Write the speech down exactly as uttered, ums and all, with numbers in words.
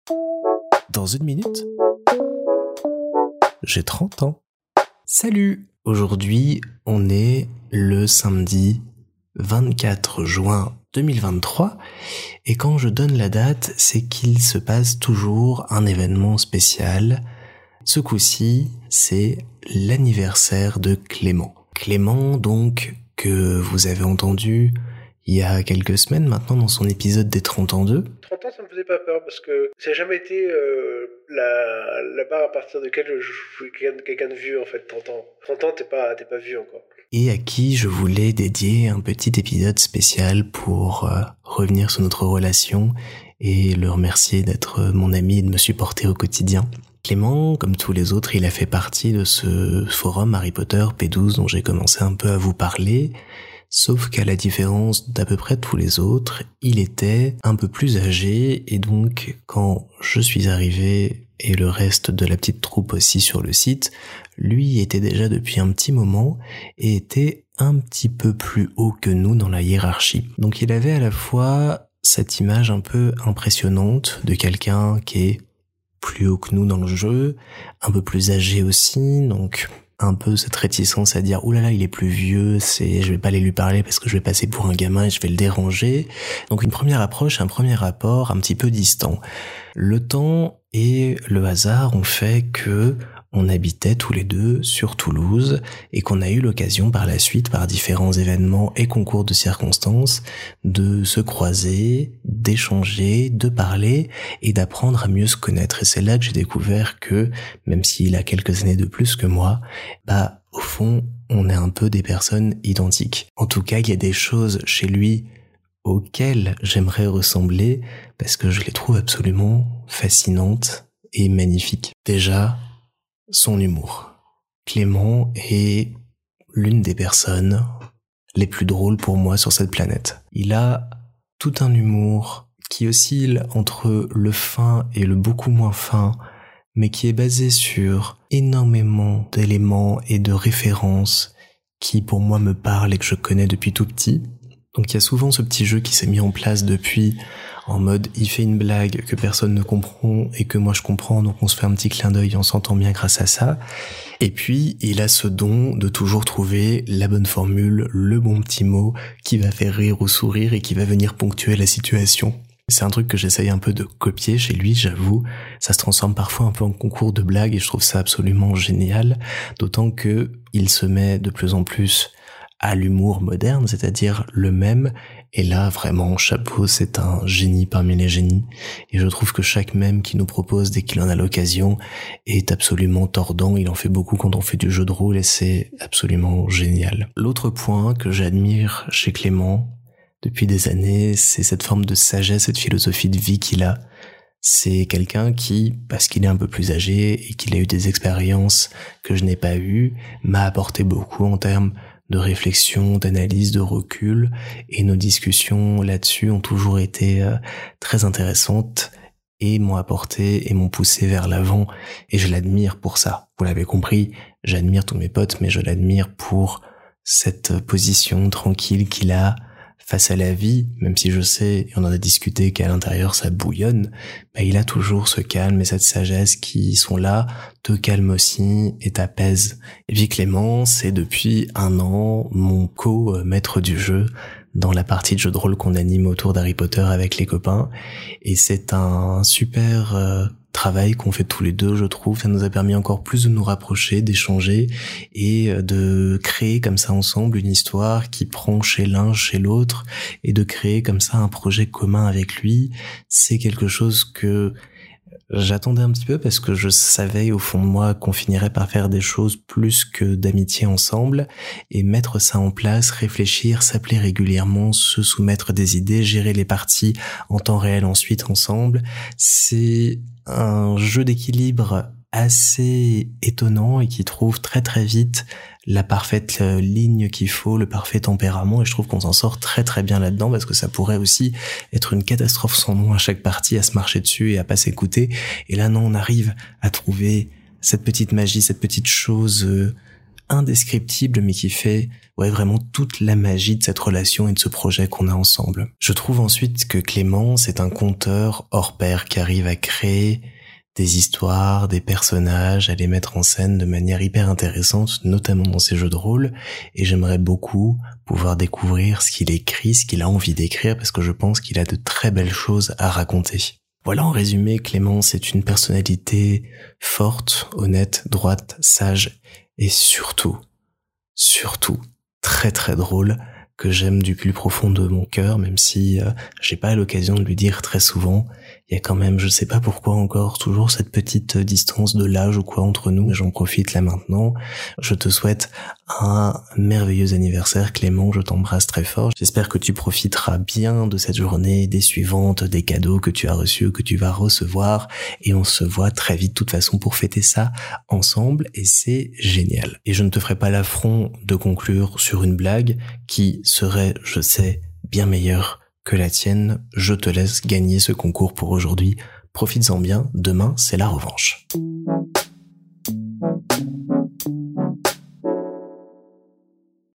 Dans une minute, j'ai trente ans. Salut! Aujourd'hui, on est le samedi vingt-quatre juin deux mille vingt-trois et quand je donne la date, c'est qu'il se passe toujours un événement spécial. Ce coup-ci, c'est l'anniversaire de Clément. Clément, donc, que vous avez entendu il y a quelques semaines maintenant dans son épisode des trente ans deux. trente ans, ça me faisait pas peur parce que ça n'a jamais été euh, la, la barre à partir de laquelle je suis quelqu'un, quelqu'un de vieux en fait, trente ans. trente ans, t'es pas, t'es pas vieux encore. Et à qui je voulais dédier un petit épisode spécial pour euh, revenir sur notre relation et le remercier d'être mon ami et de me supporter au quotidien. Clément, comme tous les autres, il a fait partie de ce forum Harry Potter P douze dont j'ai commencé un peu à vous parler. Sauf qu'à la différence d'à peu près tous les autres, il était un peu plus âgé et donc quand je suis arrivé et le reste de la petite troupe aussi sur le site, lui était déjà depuis un petit moment et était un petit peu plus haut que nous dans la hiérarchie. Donc il avait à la fois cette image un peu impressionnante de quelqu'un qui est plus haut que nous dans le jeu, un peu plus âgé aussi, donc un peu cette réticence à dire « Oulala, il est plus vieux, c'est, je vais pas aller lui parler parce que je vais passer pour un gamin et je vais le déranger ». Donc une première approche, un premier rapport un petit peu distant. Le temps et le hasard ont fait que on habitait tous les deux sur Toulouse et qu'on a eu l'occasion par la suite, par différents événements et concours de circonstances, de se croiser, d'échanger, de parler et d'apprendre à mieux se connaître. Et c'est là que j'ai découvert que, même s'il a quelques années de plus que moi, bah, au fond, on est un peu des personnes identiques. En tout cas, il y a des choses chez lui auxquelles j'aimerais ressembler parce que je les trouve absolument fascinantes et magnifiques. Déjà, son humour. Clément est l'une des personnes les plus drôles pour moi sur cette planète. Il a tout un humour qui oscille entre le fin et le beaucoup moins fin, mais qui est basé sur énormément d'éléments et de références qui pour moi me parlent et que je connais depuis tout petit. Donc il y a souvent ce petit jeu qui s'est mis en place depuis, en mode il fait une blague que personne ne comprend et que moi je comprends, donc on se fait un petit clin d'œil et on s'entend bien grâce à ça. Et puis il a ce don de toujours trouver la bonne formule, le bon petit mot qui va faire rire ou sourire et qui va venir ponctuer la situation. C'est un truc que j'essaye un peu de copier chez lui, j'avoue. Ça se transforme parfois un peu en concours de blagues et je trouve ça absolument génial, d'autant que il se met de plus en plus à l'humour moderne, c'est-à-dire le même, et là vraiment chapeau, c'est un génie parmi les génies, et je trouve que chaque mème qu'il nous propose dès qu'il en a l'occasion est absolument tordant, il en fait beaucoup quand on fait du jeu de rôle et c'est absolument génial. L'autre point que j'admire chez Clément depuis des années, c'est cette forme de sagesse, cette philosophie de vie qu'il a. C'est quelqu'un qui, parce qu'il est un peu plus âgé et qu'il a eu des expériences que je n'ai pas eues, m'a apporté beaucoup en termes de réflexion, d'analyse, de recul, et nos discussions là-dessus ont toujours été euh, très intéressantes et m'ont apporté et m'ont poussé vers l'avant, et je l'admire pour ça. Vous l'avez compris, j'admire tous mes potes, mais je l'admire pour cette position tranquille qu'il a face à la vie, même si je sais, et on en a discuté, qu'à l'intérieur ça bouillonne, bah il a toujours ce calme et cette sagesse qui sont là, te calment aussi et t'apaisent. Et puis Clément, c'est depuis un an mon co-maître du jeu dans la partie de jeu de rôle qu'on anime autour d'Harry Potter avec les copains, et c'est un super euh, travail qu'on fait tous les deux, je trouve. Ça nous a permis encore plus de nous rapprocher, d'échanger et de créer comme ça ensemble une histoire qui prend chez l'un, chez l'autre, et de créer comme ça un projet commun avec lui. C'est quelque chose que j'attendais un petit peu parce que je savais au fond de moi qu'on finirait par faire des choses plus que d'amitié ensemble, et mettre ça en place, réfléchir, s'appeler régulièrement, se soumettre des idées, gérer les parties en temps réel ensuite ensemble, c'est un jeu d'équilibre assez étonnant et qui trouve très très vite la parfaite ligne qu'il faut, le parfait tempérament, et je trouve qu'on s'en sort très très bien là-dedans, parce que ça pourrait aussi être une catastrophe sans nom à chaque partie, à se marcher dessus et à pas s'écouter, et là non, on arrive à trouver cette petite magie, cette petite chose indescriptible, mais qui fait ouais vraiment toute la magie de cette relation et de ce projet qu'on a ensemble. Je trouve ensuite que Clément, c'est un conteur hors pair qui arrive à créer des histoires, des personnages, à les mettre en scène de manière hyper intéressante, notamment dans ses jeux de rôle, et j'aimerais beaucoup pouvoir découvrir ce qu'il écrit, ce qu'il a envie d'écrire, parce que je pense qu'il a de très belles choses à raconter. Voilà, en résumé, Clément, c'est une personnalité forte, honnête, droite, sage, et surtout, surtout, très très drôle, que j'aime du plus profond de mon cœur, même si euh, j'ai pas l'occasion de lui dire très souvent. Il y a quand même, je sais pas pourquoi encore, toujours cette petite distance de l'âge ou quoi entre nous, mais j'en profite là maintenant. Je te souhaite un merveilleux anniversaire, Clément, je t'embrasse très fort. J'espère que tu profiteras bien de cette journée, des suivantes, des cadeaux que tu as reçus, que tu vas recevoir, et on se voit très vite de toute façon pour fêter ça ensemble, et c'est génial. Et je ne te ferai pas l'affront de conclure sur une blague qui serait, je sais, bien meilleure que la tienne. Je te laisse gagner ce concours pour aujourd'hui. Profites-en bien, demain c'est la revanche.